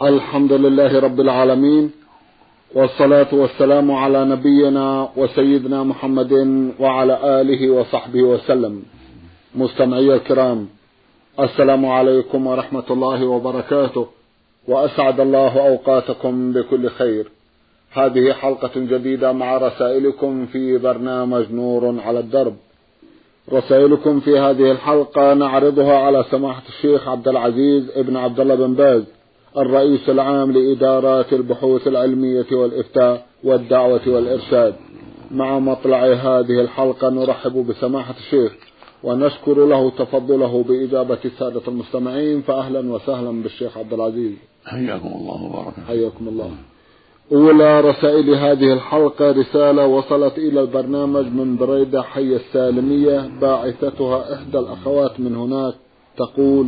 الحمد لله رب العالمين، والصلاة والسلام على نبينا وسيدنا محمد وعلى آله وصحبه وسلم. مستمعي الكرام، السلام عليكم ورحمة الله وبركاته، وأسعد الله أوقاتكم بكل خير. هذه حلقة جديدة مع رسائلكم في برنامج نور على الدرب. رسائلكم في هذه الحلقة نعرضها على سماحة الشيخ عبد العزيز ابن عبد الله بن باز، الرئيس العام لإدارات البحوث العلمية والإفتاء والدعوة والإرشاد. مع مطلع هذه الحلقة نرحب بسماحة الشيخ ونشكر له تفضله بإجابة السادة المستمعين، فأهلا وسهلا بالشيخ عبد العزيز. حياكم الله وبارك. حياكم الله. أولى رسائل هذه الحلقة رسالة وصلت إلى البرنامج من بريدة حي السالمية، باعثتها إحدى الأخوات من هناك، تقول: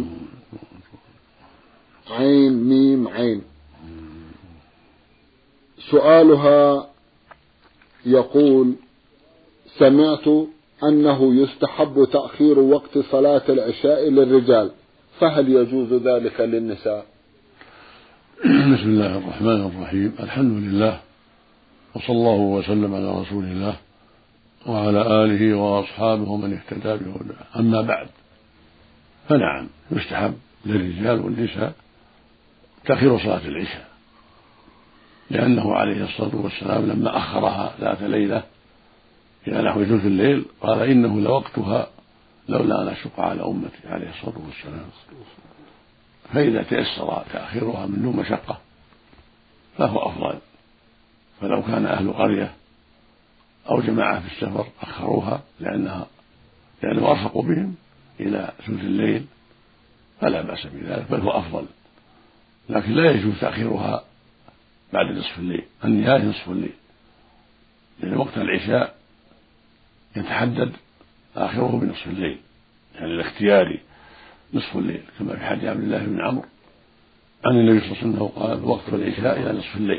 عين ميم عين. سؤالها يقول: سمعت أنه يستحب تأخير وقت صلاة العشاء للرجال، فهل يجوز ذلك للنساء؟ بسم الله الرحمن الرحيم، الحمد لله، وصلى الله وسلم على رسول الله وعلى آله وأصحابه ومن اهتدى بهداه. أما بعد، فنعم يستحب للرجال والنساء تأخير صلاة العشاء، لأنه عليه الصلاة والسلام لما أخرها ذات ليلة إلى نحو ثلث الليل قال: إنه لوقتها لولا أن أشق على أمتي، عليه الصلاة والسلام. فإذا تيسر تأخيرها من دون مشقة فهو أفضل. فلو كان أهل قرية أو جماعة في السفر أخروها لأنهم أرفقوا بهم إلى ثلث الليل فلا بأس بذلك، بل هو أفضل. لكن لا يجوز تأخيرها بعد نصف الليل، النهاية نصف الليل، لأن وقت العشاء يتحدد آخره بنصف الليل، يعني الاختياري نصف الليل، كما في حديث عبد الله بن عمرو عن النبي صلى الله عليه وسلم قال: وقت العشاء إلى نصف الليل.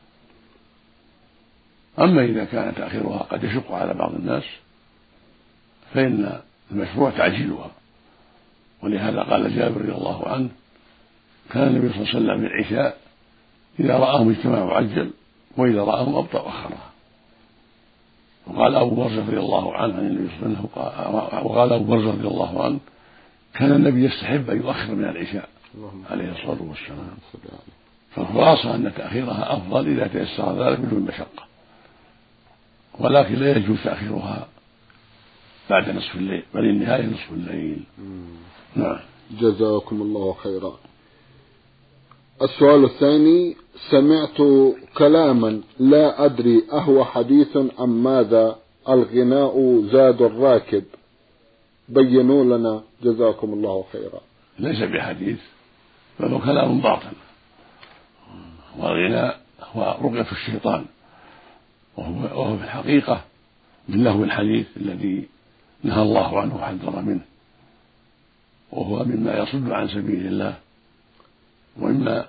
أما إذا كان تأخيرها قد يشق على بعض الناس فإن المشروع تعجيلها، ولهذا قال جابر رضي الله عنه: كان النبي صلى الله عليه وسلم في العشاء إذا رآهم اجتمعوا عجل، وإذا رآهم أبطأ أخرها. وقال أبو برزة رضي الله عنه عن النبي صلى الله عليه وسلم، وقال أبو برزة رضي الله عنه: كان النبي يستحب أن يؤخر من العشاء عليه الصلاة والسلام. فالخلاصة أن تأخيرها أفضل إذا تيسر ذلك بدون مشقة، ولكن لا يجوز تأخيرها بعد نصف الليل، بل النهاية نصف الليل. نعم. جزاكم الله خيرا. السؤال الثاني: سمعت كلاما لا أدري أهو حديث أم ماذا، الغناء زاد الراكب، بينوا لنا جزاكم الله خيرا. ليس بحديث، بل هو كلام باطل، والغناء هو رقية الشيطان، وهو في الحقيقة من لهو الحديث الذي نهى الله عنه وحذر منه، وهو مما يصد عن سبيل الله، ومما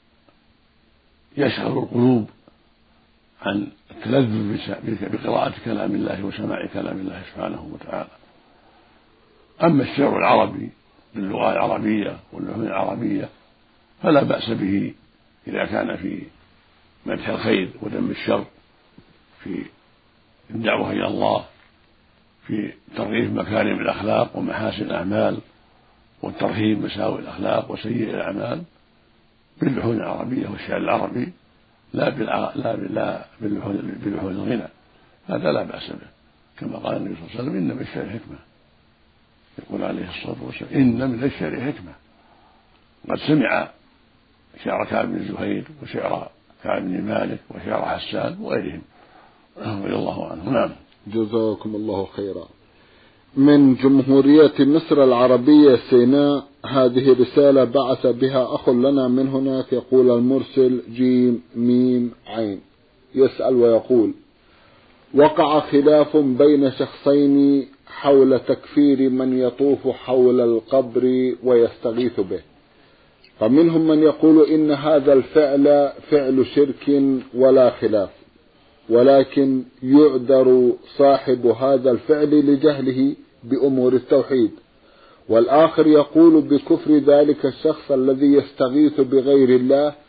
يشغل القلوب عن التلذذ بقراءة كلام الله وسماع كلام الله سبحانه وتعالى. أما الشعر العربي باللغة العربية واللحون العربية فلا بأس به إذا كان في مدح الخير وذم الشر، في الدعوة إلى الله، في ترغيب مكارم الأخلاق ومحاسن الأعمال، والترهيب مساوئ الأخلاق وسيئ الأعمال باللحون العربية والشعر العربي، لا بلحون الغنى. هذا لا بأس به، كما قال النبي صلى الله عليه وسلم: إن من الشعر حكمة. يقول عليه الصلاة والسلام: إن من الشعر حكمة. قد سمع شعر كعب بن زهير وشعر كعب بن مالك وشعر حسان وغيرهم رضي الله عنه. نعم. جزاكم الله خيرا. من جمهورية مصر العربية سيناء، هذه رسالة بعث بها أخ لنا من هناك، يقول المرسل جيم ميم عين، يسأل ويقول: وقع خلاف بين شخصين حول تكفير من يطوف حول القبر ويستغيث به، فمنهم من يقول إن هذا الفعل فعل شرك ولا خلاف، ولكن يعذر صاحب هذا الفعل لجهله بأمور التوحيد، والآخر يقول بكفر ذلك الشخص الذي يستغيث بغير الله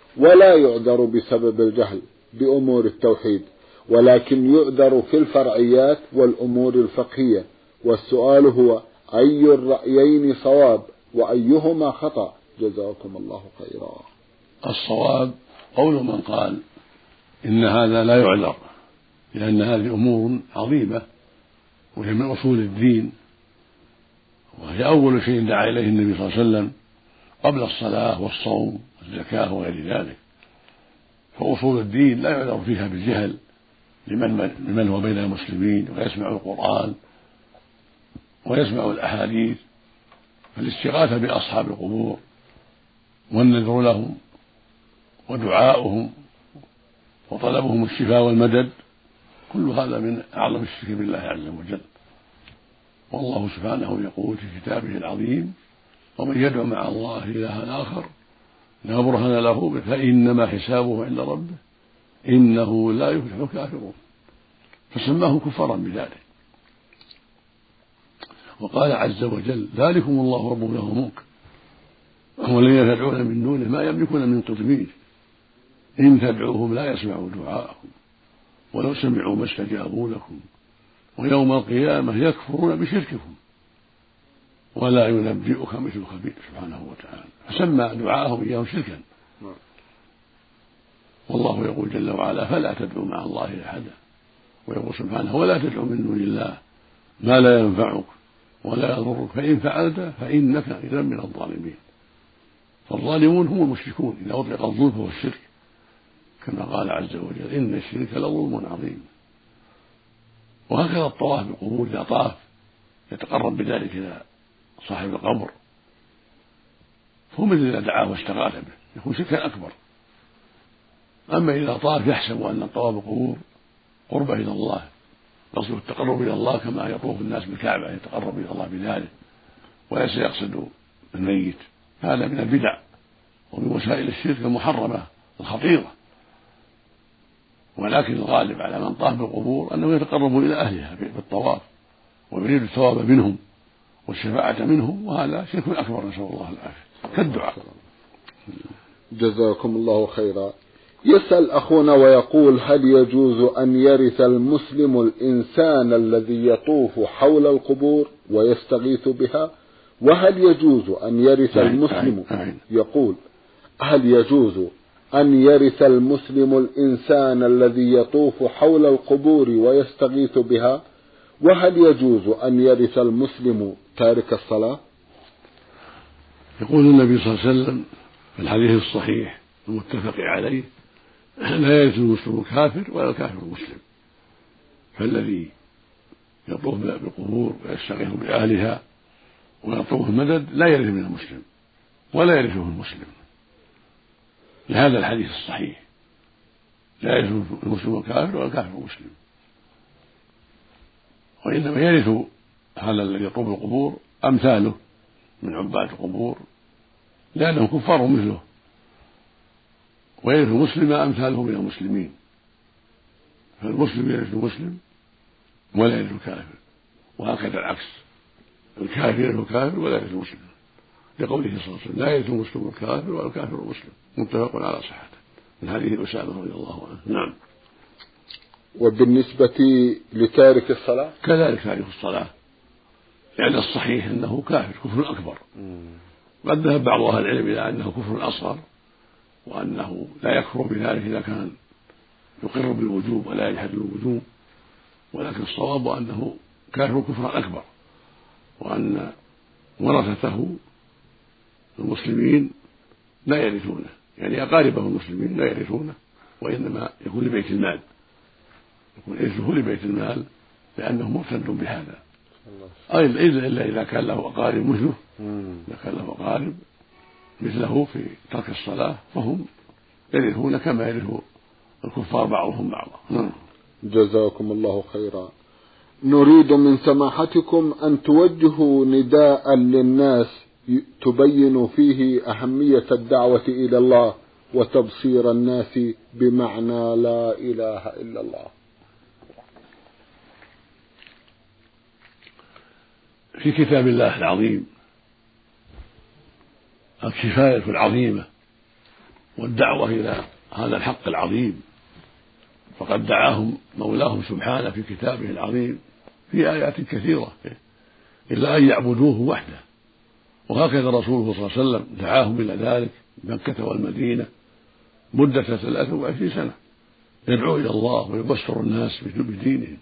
ولا يعذر بسبب الجهل بأمور التوحيد، ولكن يعذر في الفرعيات والأمور الفقهية. والسؤال هو: أي الرأيين صواب وأيهما خطأ؟ جزاكم الله خيرا. الصواب قول من قال إن هذا لا يعذر، لأن هذه أمور عظيمة وهي من أصول الدين، وهي أول شيء دعا إليه النبي صلى الله عليه وسلم قبل الصلاة والصوم والزكاة وغير ذلك. فأصول الدين لا يعذر فيها بالجهل لمن هو بين المسلمين ويسمع القرآن ويسمع الأحاديث. فالاستغاثة بأصحاب القبور والنذر لهم ودعاؤهم وطلبهم الشفاء والمدد كل هذا من أعظم الشرك بالله عز وجل. والله سبحانه يقول في كتابه العظيم: ومن يدعو مع الله إلها آخر لا برهان له به فإنما حسابه عند ربه إنه لا يفلح الكافرون. فسماهم كفارا بذلك. وقال عز وجل: ذلكم الله ربكم له الملك والذين تدعون من دونه ما يملكون من قطمير إن تدعوهم لا يسمعوا دعاءكم ولو سمعوا ما استجابوا لكم ويوم القيامة يكفرون بشرككم ولا ينبئك مثل خبير سبحانه وتعالى. فسمى دعاءهم إياهم شركا. والله يقول جل وعلا: فلا تدعوا مع الله أحدا، ويقول سبحانه: ولا تدعوا من دون الله ما لا ينفعك ولا يضرك فإن فعلت فإنك إذا من الظالمين. فالظالمون هم المشركون إذا أطلق الظلم فهو الشرك، كما قال عز وجل: إن الشرك لظلم عظيم. وهكذا الطواف بالقبور إذا طاف يتقرب بذلك إلى صاحب القبر فهو مثل إذا دعاه واستغاث به، يكون شركا أكبر. أما إذا طاف يحسب أن الطواف بالقبور قربة إلى الله، قصده التقرب إلى الله كما يطوف الناس بالكعبة يتقرب إلى الله بذلك وليس يقصد الميت، هذا من البدع ومن وسائل الشرك المحرمة الخطيرة. ولكن الغالب على من طاف بالقبور أنه يتقرب إلى أهلها بالطواف ويريد الثواب منهم والشفاعة منهم، وهذا شرك أكبر نسأل الله العافية كالدعاء. جزاكم الله خيرا. يسأل أخونا ويقول: هل يجوز أن يرث المسلم الإنسان الذي يطوف حول القبور ويستغيث بها؟ وهل يجوز أن يرث المسلم يقول: هل يجوز أن يرث المسلم الإنسان الذي يطوف حول القبور ويستغيث بها؟ وهل يجوز أن يرث المسلم تارك الصلاة؟ يقول النبي صلى الله عليه وسلم في الحديث الصحيح المتفق عليه: لا يرث المسلم الكافر ولا الكافر المسلم. فالذي يطوف بالقبور ويستغيث بأهلها ويطلب المدد لا يرث من المسلم ولا يرثه المسلم، لهذا الحديث الصحيح: لا يرث المسلم الكافر ولا الكافر المسلم. وإنما يرث هذا الذي يطوف القبور أمثاله من عباد القبور لأنهم كفار مثله، ويرث المسلم أمثاله من المسلمين. فالمسلم يرث المسلم ولا يرث الكافر، وهكذا العكس: الكافر يرث الكافر ولا يرث المسلم، لقوله صلى الله عليه وسلم: لا يرث المسلم الكافر ولا الكافر المسلم. متفق على صحته من حديث أسامة رضي الله عنه. نعم. وبالنسبة لتارك الصلاة كذلك تارك الصلاة، لأن الصحيح أنه كافر كفر أكبر. قد ذهب بعض أهل العلم إلى أنه كفر أصغر وأنه لا يكفر بذلك إذا كان يقر بالوجوب ولا يجحد الوجوب، ولكن الصواب أنه كافر كفرا أكبر، وأن ورثته المسلمين لا يرثونه، يعني أقاربه المسلمين لا يرثونه، وإنما يكون لبيت المال، يكون إرثه لبيت المال لأنه مرتد بهذا. إلا إذا كان له أقارب مثله، إذا كان له أقارب مثله في ترك الصلاة فهم يرثون كما يرث الكفار بعضهم بعضا. جزاكم الله خيرا. نريد من سماحتكم أن توجهوا نداء للناس تبين فيه أهمية الدعوة إلى الله وتبصير الناس بمعنى لا إله إلا الله. في كتاب الله العظيم الكفاية العظيمة والدعوة إلى هذا الحق العظيم، فقد دعاهم مولاهم سبحانه في كتابه العظيم في آيات كثيرة إلا أن يعبدوه وحده. وهكذا رسوله صلى الله عليه وسلم دعاهم إلى ذلك مكة والمدينة مدة 23 سنة، يدعو إلى الله ويبشر الناس بدينهم،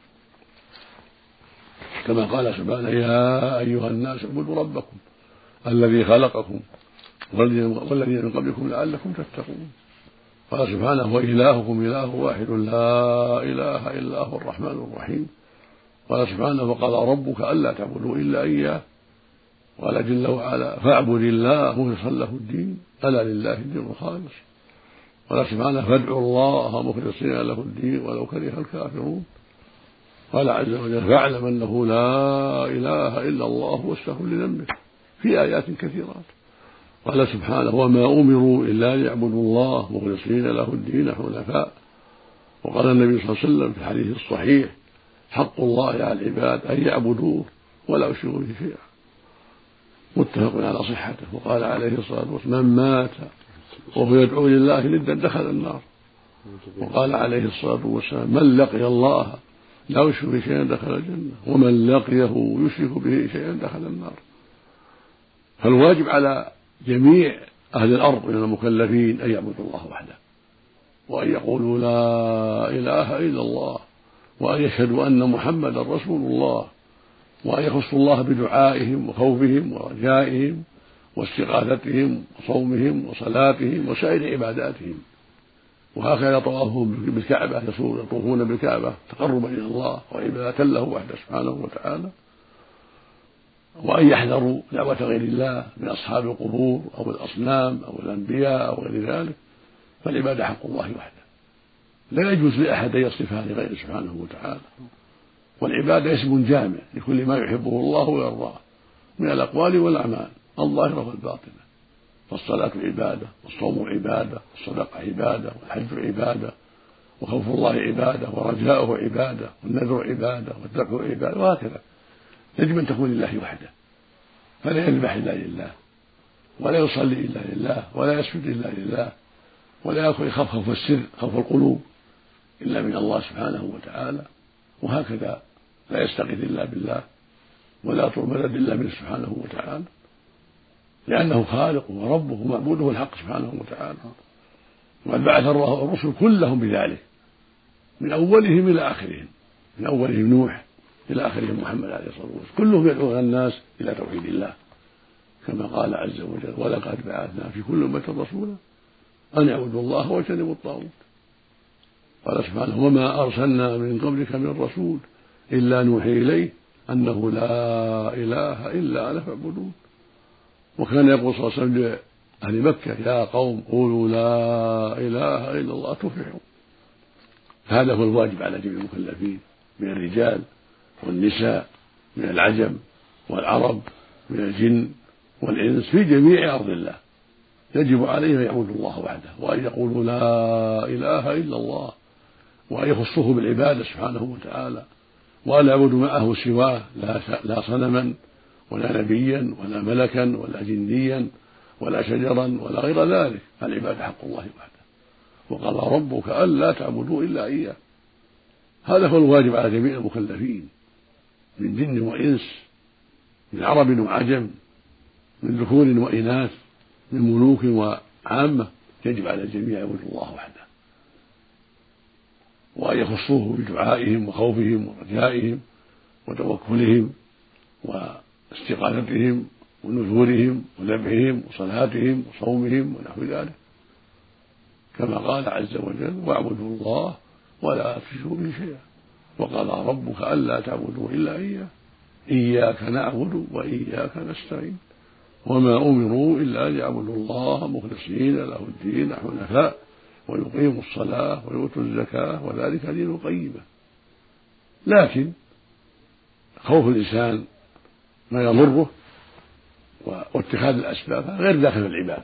كما قال سبحانه: يا أيها الناس اعبدوا ربكم الذي خلقكم والذين من قبلكم لعلكم تتقون. قال سبحانه: وإلهكم إله واحد لا إله إلا هو الرحمن الرحيم. قال سبحانه: وقضى ربك ألا تعبدوا إلا إياه. قال جل وعلا: فاعبد الله مخلصا له الدين ألا لله الدين الخالص. قال سبحانه: فادعوا الله مخلصين له الدين ولو كره الكافرون. قال عز وجل: فاعلم أنه لا إله إلا الله واستغفر لذنبه في آيات كثيرات. قال سبحانه: وما أمروا إلا ليعبدوا الله مخلصين له الدين حنفاء. وقال النبي صلى الله عليه وسلم في الحديث الصحيح: حق الله على العباد أن يعبدوه ولا يشركوا به شيئا، متفق على صحته. وقال عليه الصلاة والسلام: من مات وهو يدعو لله ندا دخل النار. وقال عليه الصلاة والسلام: من لقي الله لا يشرك به شيئا دخل الجنة، ومن لقيه يشرك به شيئا دخل النار. فالواجب على جميع أهل الأرض من المكلفين أن يعبدوا الله وحده، وأن يقولوا لا إله إلا الله، وأن يشهدوا أن محمدا رسول الله، وأن يخصوا الله بدعائهم وخوفهم ورجائهم واستغاثتهم وصومهم وصلاتهم وسائر عباداتهم. وهكذا طوافهم بالكعبة، يطوفون بالكعبة تقربا إلى الله وعبادة له وحده سبحانه وتعالى. وأن يحذروا دعوة غير الله من أصحاب القبور أو الأصنام أو الأنبياء أو غير ذلك، فالعبادة حق الله وحده، لا يجوز لأحد أن يصرفها لغيره سبحانه وتعالى. والعبادة اسم جامع لكل ما يحبه الله ويرضاه من الأقوال والأعمال الظاهرة والباطنة. فالصلاة عبادة، والصوم عبادة، والصدقة عبادة، والحج عبادة، وخوف الله عبادة، ورجاؤه عبادة، والنذر عبادة، والذبح عبادة، وهكذا. يجب أن تكون لله وحده، فلا يذبح إلا لله، ولا يصلي إلا لله، ولا يسجد إلا لله، ولا يخاف خوف السر خوف القلوب إلا من الله سبحانه وتعالى. وهكذا لا يستغيث إلا بالله، ولا يطلب مدد إلا منه سبحانه وتعالى، لأنه خالقه وربه ومعبوده الحق سبحانه وتعالى. وقد بعث الله الرسل كلهم بذلك، من أولهم إلى آخرهم، من أولهم نوح إلى آخرهم محمد عليه الصلاة والسلام، كلهم يدعون الناس إلى توحيد الله، كما قال عز وجل: ولقد بعثنا في كل أمة رسولا أن اعبدوا الله واجتنبوا الطاغوت. قال سبحانه: وما أرسلنا من قبلك من رسول إلا نوحي إليه أنه لا إله إلا أنا فاعبدون. وكان يقول صلى الله عليه وسلم لأهل مكة: يا قوم قولوا لا إله إلا الله تفلحون. هذا هو الواجب على جميع المكلفين من الرجال والنساء، من العجم والعرب، من الجن والإنس، في جميع أرض الله. يجب عليهم أن يعبدوا الله وحده، وأن يقولوا لا إله إلا الله، وأن يخصوه بالعبادة سبحانه وتعالى، وأن يعبدوا معه سواه، لا صنما ولا نبيا ولا ملكا ولا جنيا ولا شجرا ولا غير ذلك. العبادة حق الله وحده. وقال ربك ألا تعبدوا إلا إياه. هذا هو الواجب على جميع المكلفين من جن وإنس، من عرب وعجم، من ذكور وإناث، من ملوك وعامة. يجب على الجميع يعبدوا الله وحده، وأن يخصوه بدعائهم وخوفهم ورجائهم وتوكلهم واستغاثتهم ونذورهم وذبحهم وصلاتهم وصومهم ونحو ذلك، كما قال عز وجل: واعبدوا الله ولا تشركوا به شيئا وقال ربك ألا تعبدوا إلا إياه إياك نعبد وإياك نستعين وما أمروا إلا ليعبدوا الله مخلصين له الدين حنفاء ويقيموا الصلاة ويؤتوا الزكاة وذلك دين القيمة. لكن خوف الإنسان ما يضره واتخاذ الأسباب غير داخل العبادة،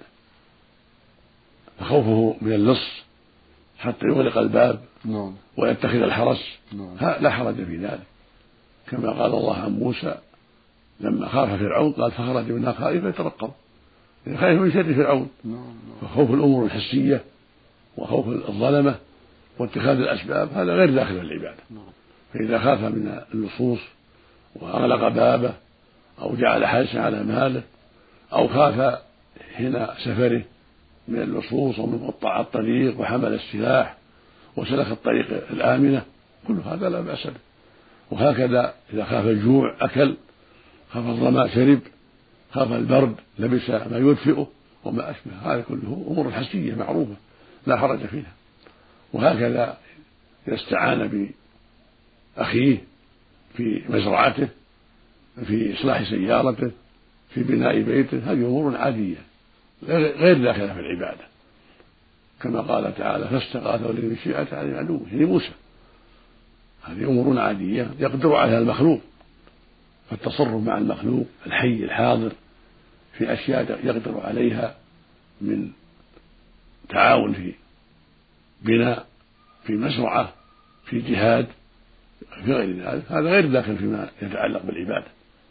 فخوفه من اللص حتى يغلق الباب ويتخذ الحرس لا حرج في ذلك، كما قال الله عن موسى لما خاف فرعون قال: فخرج منها خائفا يترقب خايف من شر فرعون. فخوف الأمور الحسية وخوف الظلمة واتخاذ الأسباب هذا غير داخل في العبادة. فإذا خاف من اللصوص وأغلق بابه أو جعل حارسا على ماله أو خاف هنا سفره من اللصوص ومن قطاع الطريق وحمل السلاح وسلك الطريق الآمنة، كل هذا لا بأس به. وهكذا إذا خاف الجوع أكل، خاف الظمأ شرب، خاف البرد لبس ما يدفئه وما أشبه، هذا كله أمور حسية معروفة لا حرج فيها. وهكذا إذا استعان بأخيه في مزرعته، في إصلاح سيارته، في بناء بيته، هذه أمور عادية غير داخلة في العبادة، كما قال تعالى فاستغاثه الذي من شيعته على عدوه يعني موسى. هذه أمور عادية يقدر عليها المخلوق، فالتصرف مع المخلوق الحي الحاضر في أشياء يقدر عليها من تعاون في بناء، في مزرعة، في جهاد، في غير ذلك، هذا غير داخل فيما يتعلق بالعبادة.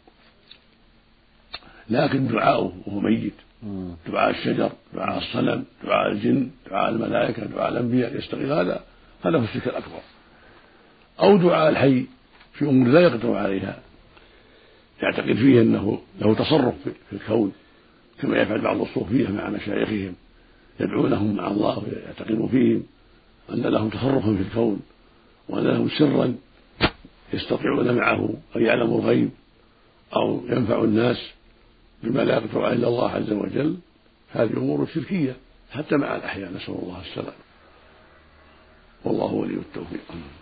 لكن دعاؤه وهو ميت، دعاء الشجر، دعاء الصنم، دعاء الجن، دعاء الملائكة، دعاء الأنبياء يستغيث، هذا هو الشرك الأكبر. أو دعاء الحي في أمور لا يقدر عليها، يعتقد فيه أنه له تصرف في الكون، كما يفعل بعض الصوفية مع مشايخهم يدعونهم مع الله ويعتقدون فيهم أن لهم تصرفا في الكون وأن لهم سرا يستطيعون معه أن يعلموا الغيب أو ينفع الناس بما لا يقدر عليه إلا الله عز وجل. هذه أمور شركية حتى مع الأحياء، نسأل الله السلام، والله ولي التوفيق.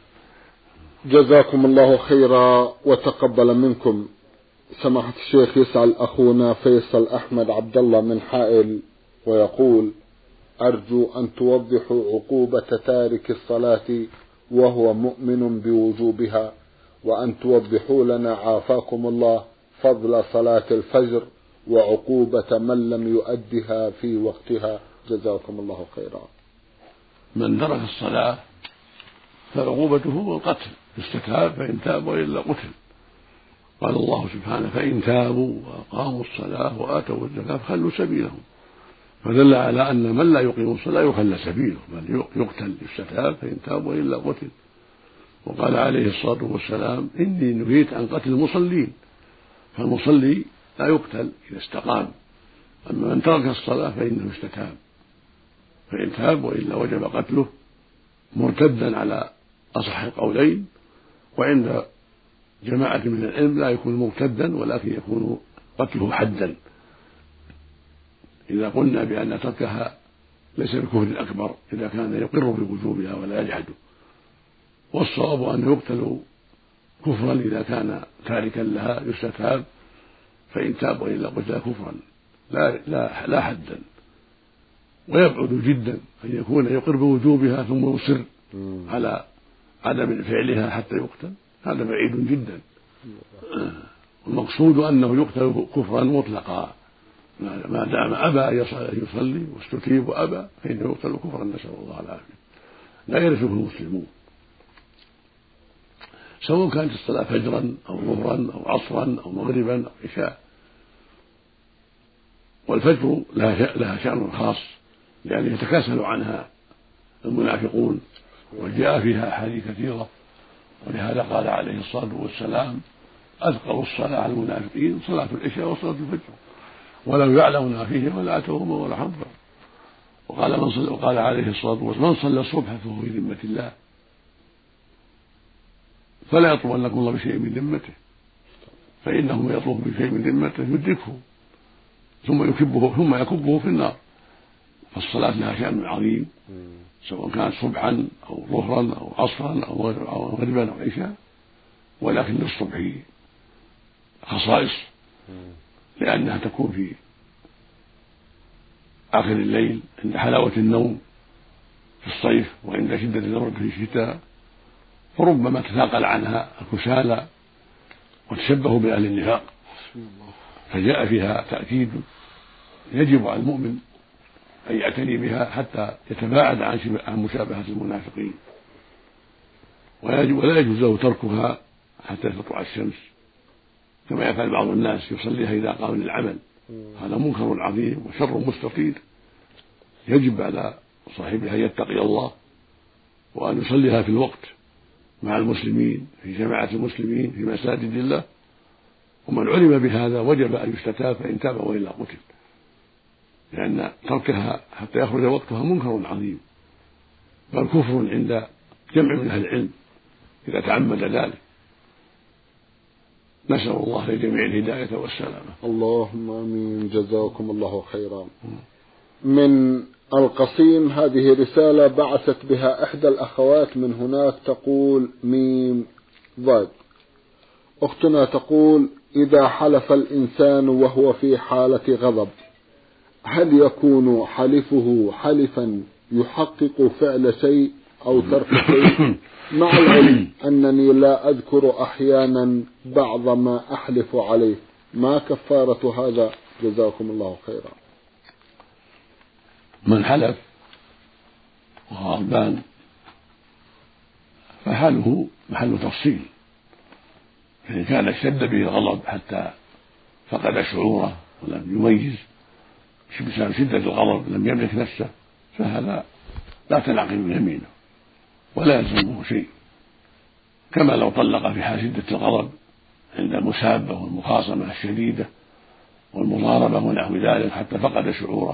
جزاكم الله خيرا وتقبل منكم. سماحة الشيخ، يسأل أخونا فيصل أحمد عبد الله من حائل ويقول: أرجو أن توضحوا عقوبة تارك الصلاة وهو مؤمن بوجوبها، وأن توضحوا لنا عافاكم الله فضل صلاة الفجر وعقوبة من لم يؤدها في وقتها، جزاكم الله خيرا. من ترك الصلاة فعقوبته القتل، يستتاب فإن تاب وإلا قتل. قال الله سبحانه: فإن تابوا وأقاموا الصلاة وآتوا الزكاة فخلوا سبيلهم. فدل على أن من لا يقيم الصلاة يخلى سبيله، بل يقتل يستتاب فإن تاب وإلا قتل. وقال عليه الصلاة والسلام: إني نهيت عن قتل المصلين. فالمصلي لا يقتل إذا استقام، أما من ترك الصلاة فإنه يستتاب، فإن تاب وإلا وجب قتله مرتدا على أصح القولين. وعند جماعة من العلم لا يكون مرتدا، ولكن يكون قتله حدا إذا قلنا بأن تركها ليس بكفر أكبر إذا كان يقر بوجوبها ولا يجحده. والصواب أن يقتل كفرا إذا كان تاركا لها يستتاب، فإن تاب وإلا قتل كفرا لا حدا. ويبعد جدا أن يكون يقر بوجوبها ثم يصر على عدم فعلها حتى يقتل، هذا بعيد جدا. والمقصود أنه يقتل كفرا مطلقا ما دام أبى أن يصلي واستتيب وأبى، فإنه يقتل كفرا، نسأل الله العافية، لا يرثه المسلمون، سواء كانت الصلاة فجرا أو ظهرا أو عصرا أو مغربا أو عشاء. والفجر لها شأن خاص لأن يتكاسل عنها المنافقون، وجاء فيها أحاديث كثيرة، ولهذا قال عليه الصلاة والسلام: أثقل الصلاة على المنافقين صلاة العشاء وصلاة الفجر ولو يعلمون فيه ولا أتوهما ولا حظا. وقال عليه الصلاة والسلام: من صلى الصبح فهو في ذمة الله فلا يطلبنكم الله بشيء من ذمته، فإنه من يطلب بشيء من ذمته يدركه ثم يكبه في النار. فالصلاة لها شأن عظيم، سواء كانت صبحا أو ظهرا أو عصرا أو مغربا أو عشاء. ولكن للصبح خصائص، لأنها تكون في آخر الليل عند حلاوة النوم في الصيف وعند شدة البرد في الشتاء، فربما تثاقل عنها الكسالى وتشبهوا بأهل النفاق، فجاء فيها تأكيد يجب على المؤمن أن يعتني بها حتى يتباعد عن مشابهة المنافقين، ولا يجوز له تركها حتى تطلع الشمس، كما يفعل بعض الناس يصليها إذا قام للعمل هذا منكر عظيم وشر مستطير، يجب على صاحبها أن يتقي الله وأن يصليها في الوقت مع المسلمين في جماعة المسلمين في مساجد الله، ومن علم بهذا وجب أن يستتاب، فإن تاب وإلا قتل، لأن تركها حتى يخرج وقتها منكر عظيم، بل كفر عند جمع من أهل العلم إذا تعمد ذلك. نسأل الله لجميع الهداية والسلامة. اللهم آمين. جزاكم الله خيرا. من القصيم هذه رسالة بعثت بها إحدى الأخوات من هناك، تقول ميم ضاد. أختنا تقول: إذا حلف الإنسان وهو في حالة غضب هل يكون حلفه حلفا يحقق فعل شيء أو ترك شيء، مع العلم أنني لا أذكر أحيانا بعض ما أحلف عليه، ما كفارة هذا؟ جزاكم الله خيرا. من حلف وهو غضبان فحاله محل تفصيل، فإن كان اشتد به الغضب حتى فقد شعوره ولم يميز بسبب شدة الغضب لم يملك نفسه، فهذا لا تنعقد يمينه ولا يلزمه شيء، كما لو طلق في حال شدة الغضب عند المسابة والمخاصمة الشديدة والمضاربة ونحو ذلك حتى فقد شعوره،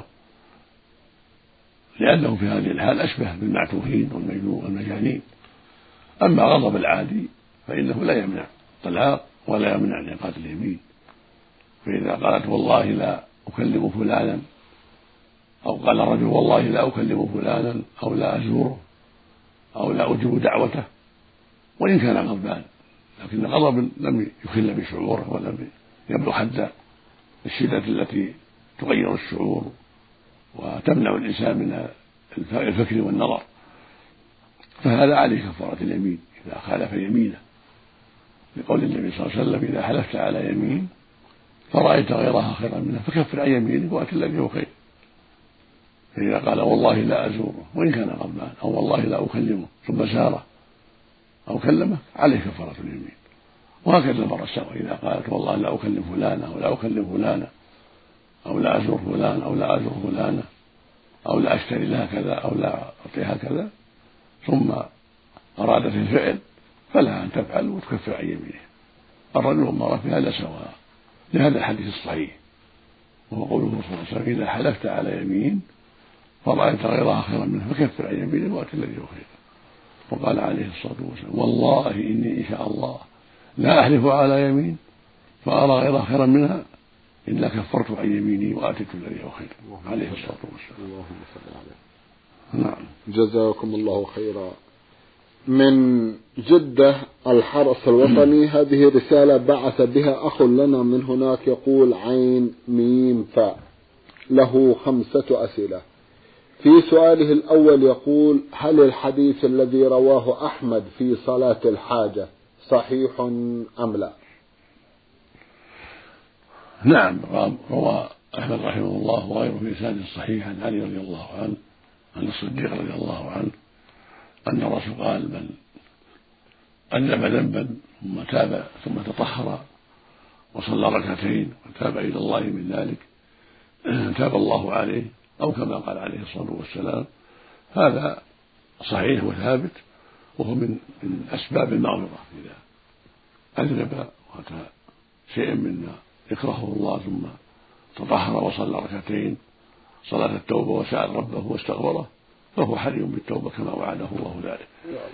لأنه في هذه الحال أشبه بالمعتوهين والمجانين. أما غضب العادي فإنه لا يمنع الطلاق ولا يمنع انعقاد اليمين، فإذا قالت والله لا أكلم فلانا، أو قال الرجل والله لا أكلم فلانا أو لا أزوره أو لا أجيب دعوته، وإن كان غضبان، لكن غضب لم يخل بشعوره ولم يبلغ حد الشدة التي تغير الشعور وتمنع الإنسان من الفكر والنظر، فهذا عليه كفارة اليمين إذا خالف يمينه، لقول النبي صلى الله عليه وسلم: إذا حلفت على يمين فرأيت غيرها خيرا منها فكفر عن يمينك وأت الذي هو خير. فإذا قال والله لا أزوره وإن كان غضبان، أو والله لا أكلمه ثم زاره أو كلمه، عليه كفارة اليمين. وهكذا المرأة سواء، إذا قالت والله لا أكلم فلانا أو لا أكلم فلانا أو لا أزور فلان أو لا أزور فلانة أو لا أشتري لها كذا أو لا أعطيها كذا، ثم أرادت الفعل، فلها أن تفعل وتكفر عن يمينه. الرجل والمرأة في هذا سواء، لهذا الحديث الصحيح، وهو قوله صلى الله عليه وسلم: إذا حلفت على يمين فرأيت غيرها خيرا منها فكفر عن يمينك وأت الذي هو خير. وقال عليه الصلاة والسلام: والله إني إن شاء الله لا أحلف على يمين فأرى غيرها خيرا منها إلا كفرت عن يميني وآتيت الذي هو خير. عليه الصلاة والسلام. اللهم صل عليه. نعم. جزاكم الله خيرا. من جدة الحرس الوطني هذه رسالة بعث بها أخ لنا من هناك، يقول عين ميم فاء، له 5 أسئلة. في سؤاله الأول يقول: هل الحديث الذي رواه أحمد في صلاة الحاجة صحيح أم لا؟ نعم، روى أحمد رحمه الله وغيره في إسناد صحيح عن علي رضي الله عنه عن الصديق رضي الله عنه أن الرسول قال: من أذنب ذنبا ثم تاب ثم تطهر وصلى ركعتين وتاب إلى الله من ذلك تاب الله عليه، أو كما قال عليه الصلاة والسلام. هذا صحيح وثابت، وهو من أسباب المغفرة إذا أذنب وأتى شيئا مما يكرهه الله ثم تطهر وصلى ركعتين صلاة التوبة وسأل ربه واستغفره، فهو حري بالتوبة كما وعده الله ذلك.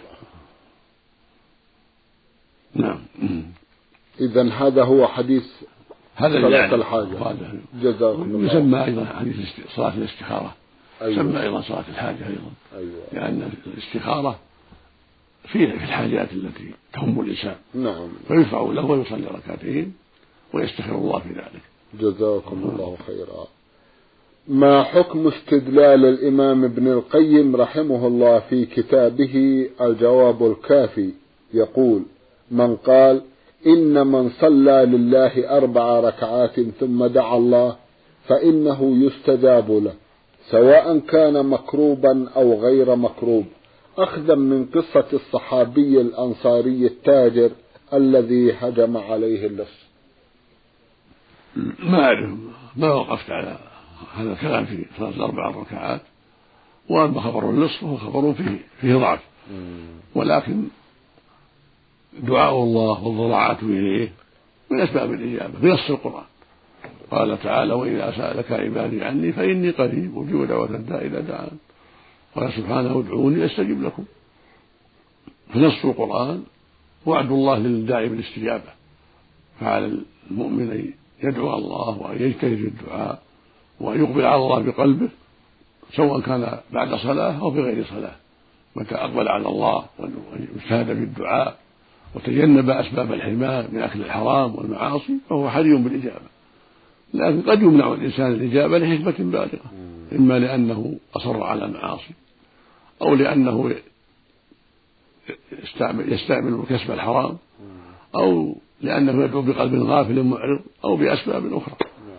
نعم. إذن هذا هو حديث صلاة الحاجة. جزاكم الله. يسمى أيضا حديث صلاة الاستخارة. أيوة. يسمى أيضا صلاة الحاجة أيضا. أيوة. لأن الاستخارة في الحاجات التي تهم الإنسان. نعم. فيشرع له ويصلي ركعتين ويستخير الله في ذلك. جزاكم الله خيرا. ما حكم استدلال الإمام ابن القيم رحمه الله في كتابه الجواب الكافي؟ يقول: من قال إن من صلى لله 4 ركعات ثم دعا الله فإنه يستجاب له سواء كان مكروبا أو غير مكروب، أخذا من قصة الصحابي الأنصاري التاجر الذي هجم عليه اللص. ما أعرف ما وقفت على هذا الكلام في صلاة الأربع ركعات، وأما خبر النصف فهو خبر فيه ضعف، ولكن دعاء الله والضراعة إليه من أسباب الإجابة بنص القرآن. قال تعالى: وإذا سألك عبادي عني فإني قريب أجيب دعوة الداعي إذا دعان. قال سبحانه: ادعوني أستجب لكم. فنص القرآن وعد الله للداعي بالاستجابة، فعلى المؤمن أن يدعو الله وأن يجتهد في الدعاء وأن يقبل على الله بقلبه، سواء كان بعد صلاة أو في غير صلاة. متى أقبل على الله واجتهد في الدعاء وتجنب أسباب الحرمان من أكل الحرام والمعاصي فهو حري بالإجابة. لكن قد يمنع الإنسان الإجابة لحكمة بالغة، إما لأنه أصر على المعاصي، أو لأنه يستعمل كسب الحرام، أو لأنه يدعو بقلب غافل معرض، أو بأسباب أخرى.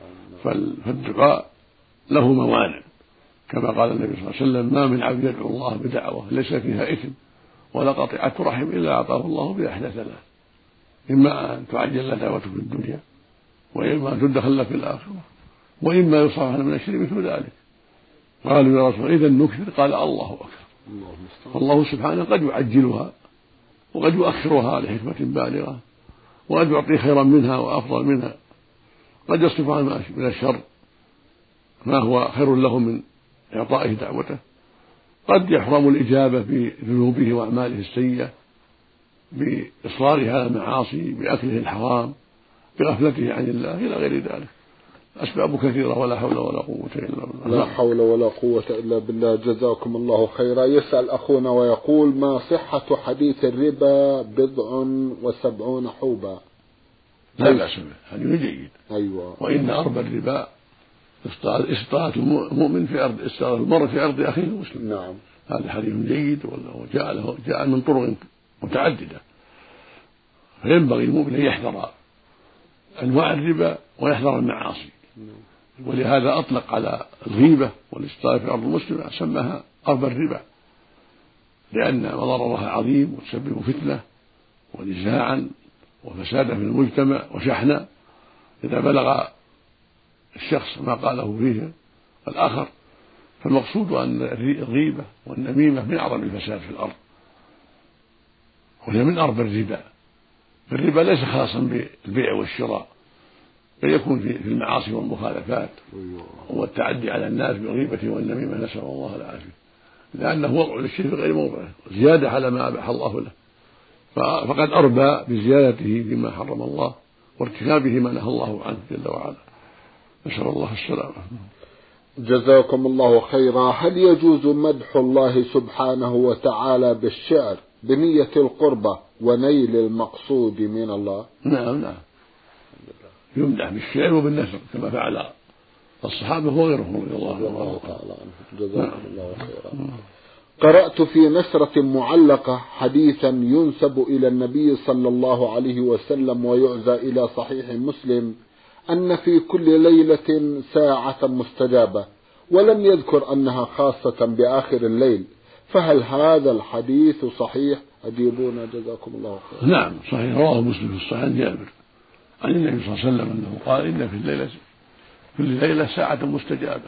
فالدعاء له موانع، كما قال النبي صلى الله عليه وسلم: ما من عبد يدعو الله بدعوة ليس فيها إثم ولا قطيعة رحم إلا أعطاه الله بإحدى ثلاث: إما أن تعجل له دعوته في الدنيا، وإما أن تدخل له في الآخرة، وإما يصرف عنه من الشر مثل ذلك. قالوا: يا رسول الله إذا نكثر؟ قال: الله أكبر. فالله سبحانه قد يعجلها وقد يؤخرها لحكمة بالغة، وقد يعطي خيرا منها وأفضل منها، قد يصرف عنه من الشر ما هو خير له من إعطائه دعوته، قد يحرم الإجابة بذنوبه وأعماله السيئة، بإصراره على المعاصي، بأكله الحرام، بغفلته عن الله، إلى غير ذلك. أسباب كثيرة، ولا حول ولا قوة إلا بالله. لا حول ولا قوة إلا بالله. جزاكم الله خيرا. يسأل أخونا ويقول: ما صحة حديث الربا 70 حوبا؟ لا بأس به، حديث جيد. أيوة. وإن أربى الربا استطاعة المؤمن في أرض، استطاعة المرء في أرض أخيه المسلم. نعم. هذا حديث جيد، وجاء من طرق متعددة. فينبغي المؤمن أن يحذر أنواع الربا ويحذر المعاصي، ولهذا أطلق على الغيبة والاستطاعة في أرض المسلم سماها أربى الربا، لأن مضررها عظيم وتسبب فتنة ونزاعا وفسادا في المجتمع وشحنا إذا بلغ الشخص ما قاله فيه الآخر. فالمقصود أن الغيبة والنميمة من أعظم الفساد في الأرض، وهي من أربى الربا. الربا ليس خاصا بالبيع والشراء، بل يكون في المعاصي والمخالفات والتعدي على الناس بالغيبة والنميمة، نسأل الله العافية، لأنه وضع للشيء في غير موضعه، زيادة على ما أباح الله له، فقد أربى بزيادته فيما حرم الله وارتكابه ما نهى الله عنه جل وعلا. نسأل الله السلامة. جزاكم الله خيرا. هل يجوز مدح الله سبحانه وتعالى بالشعر بنية القربة ونيل المقصود من الله؟ نعم، يمدح بالشعر وبالنثر كما فعل الصحابة وغيرهم رضي الله تعالى عنهم. جزاكم الله خيرا. قرأت في نشرة معلقة حديثا ينسب إلى النبي صلى الله عليه وسلم ويعزى إلى صحيح مسلم أن في كل ليلة ساعة مستجابة، ولم يذكر أنها خاصة بآخر الليل، فهل هذا الحديث صحيح؟ أجيبونا جزاكم الله خيرا. نعم صحيح، رواه مسلم في الصحيح جابر عن النبي صلى الله عليه وسلم أنه قال: إن في كل ليلة ساعة مستجابة،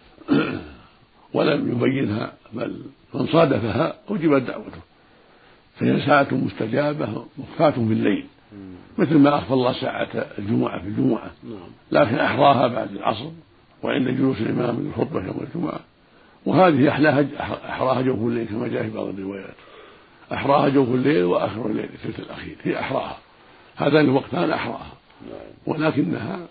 ولم يبينها، بل من صادفها أجيبت دعوته، فهي ساعة مستجابة مخفاة في الليل، مثل ما أخفى الله ساعة الجمعة في الجمعة، لكن أحراها بعد العصر وعند جلوس الإمام للخطبة يوم الجمعة. وهذه أحراها جوف الليل كما جاء في بعض الروايات، أحراها جوف الليل وآخر الليل الثلث الأخير، هي أحراها، هذان الوقتان أحراها، ولكنها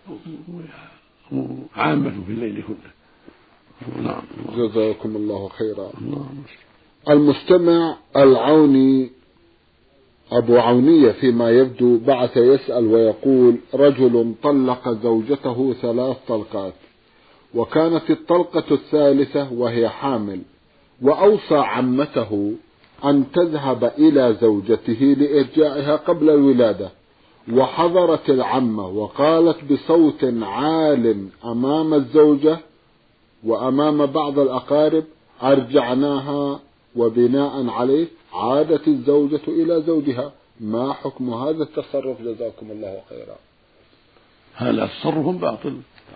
عامة في الليل كله. نعم. جزاكم الله خيرا. المستمع العوني أبو عونية فيما يبدو بعث يسأل ويقول: رجل طلق زوجته 3 طلقات، وكانت الطلقة الثالثة وهي حامل، وأوصى عمته أن تذهب إلى زوجته لإرجاعها قبل الولادة، وحضرت العمة وقالت بصوت عال أمام الزوجة وأمام بعض الأقارب: أرجعناها، وبناء عليه عادت الزوجة إلى زوجها. ما حكم هذا التصرف؟ جزاكم الله خيرا. هذا تصرف باطل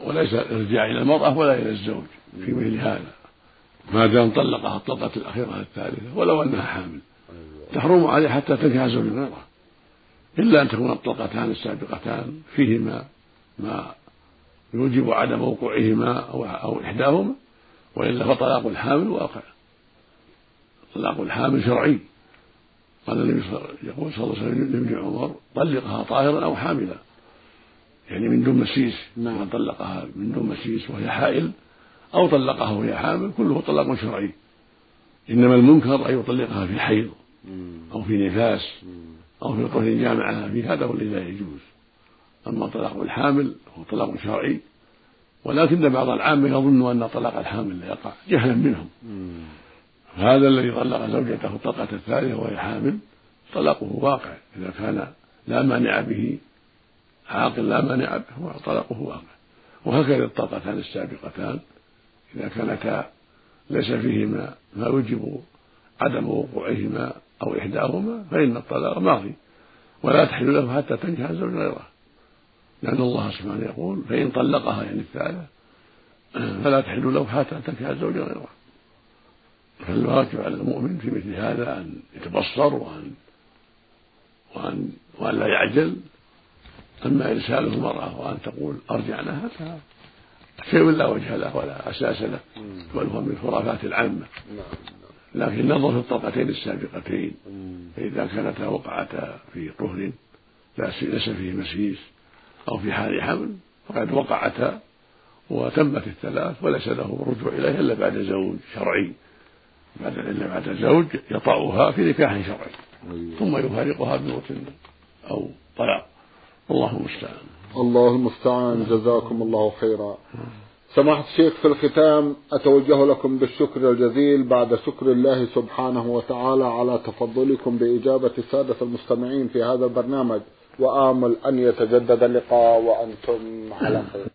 وليس الارجاع إلى المرأة ولا إلى الزوج في مثل هذا، ما دام طلقها الطلقة الأخيرة الثالثة ولو أنها حامل تحرم عليه حتى تنكح زوج غيره، إلا أن تكون الطلقتان السابقتان فيهما ما يوجب عدم وقوعهما أو إحداهما، وإلا فطلاق الحامل واقع. طلاق الحامل شرعي، قال النبي يقول صلى الله عليه وسلم لابن عمر طلقها طاهرا أو حاملا، يعني من دون مسيس. من طلقها من دون مسيس وهي حائل أو طلقها وهي حامل كله طلاق شرعي. إنما المنكر أن يطلقها في حيض أو في نفاس أو في طهر جامعها، في هذا هو الذي لا يجوز. أما طلاق الحامل هو طلاق شرعي، ولكن بعض العامة يظن أن طلاق الحامل لا يقع جهلا منهم. هذا الذي طلق زوجته الطلقة الثالثة وهي حامل طلاقه واقع إذا كان لا مانع به، عاقل لا مانع به طلاقه واقع. وهكذا الطلقتان السابقتان إذا كانتا ليس فيهما ما يوجب عدم وقوعهما أو إحداهما فإن الطلاق ماضي ولا تحل له حتى تنكح زوج غيره، لأن الله سبحانه يقول فإن طلقها يعني الثالثة فلا تحل له حتى تنكح زوج غيره. فالواجب على المؤمن في مثل هذا أن يتبصر وأن لا يعجل. أما إرسال المرأة وأن تقول أرجعناها فشيء لا وجه له ولا أساس له، بل هو من الخرافات العامة. لكن نظر في الطلقتين السابقتين، فإذا كانتا وقعتا في طهر ليس فيه مسيس أو في حال حمل فقد وقعتا وتمت الثلاث وليس له الرجوع إليها إلا بعد زوج شرعي، إلا بعد زوج يطأها في نكاح شرعي ثم يفارقها بموت أو طلاق. الله المستعان. الله المستعان. جزاكم الله خيرا. سماحة الشيخ، في الختام أتوجه لكم بالشكر الجزيل بعد شكر الله سبحانه وتعالى على تفضلكم بإجابة السادة المستمعين في هذا البرنامج، وآمل أن يتجدد اللقاء وأنتم على خير.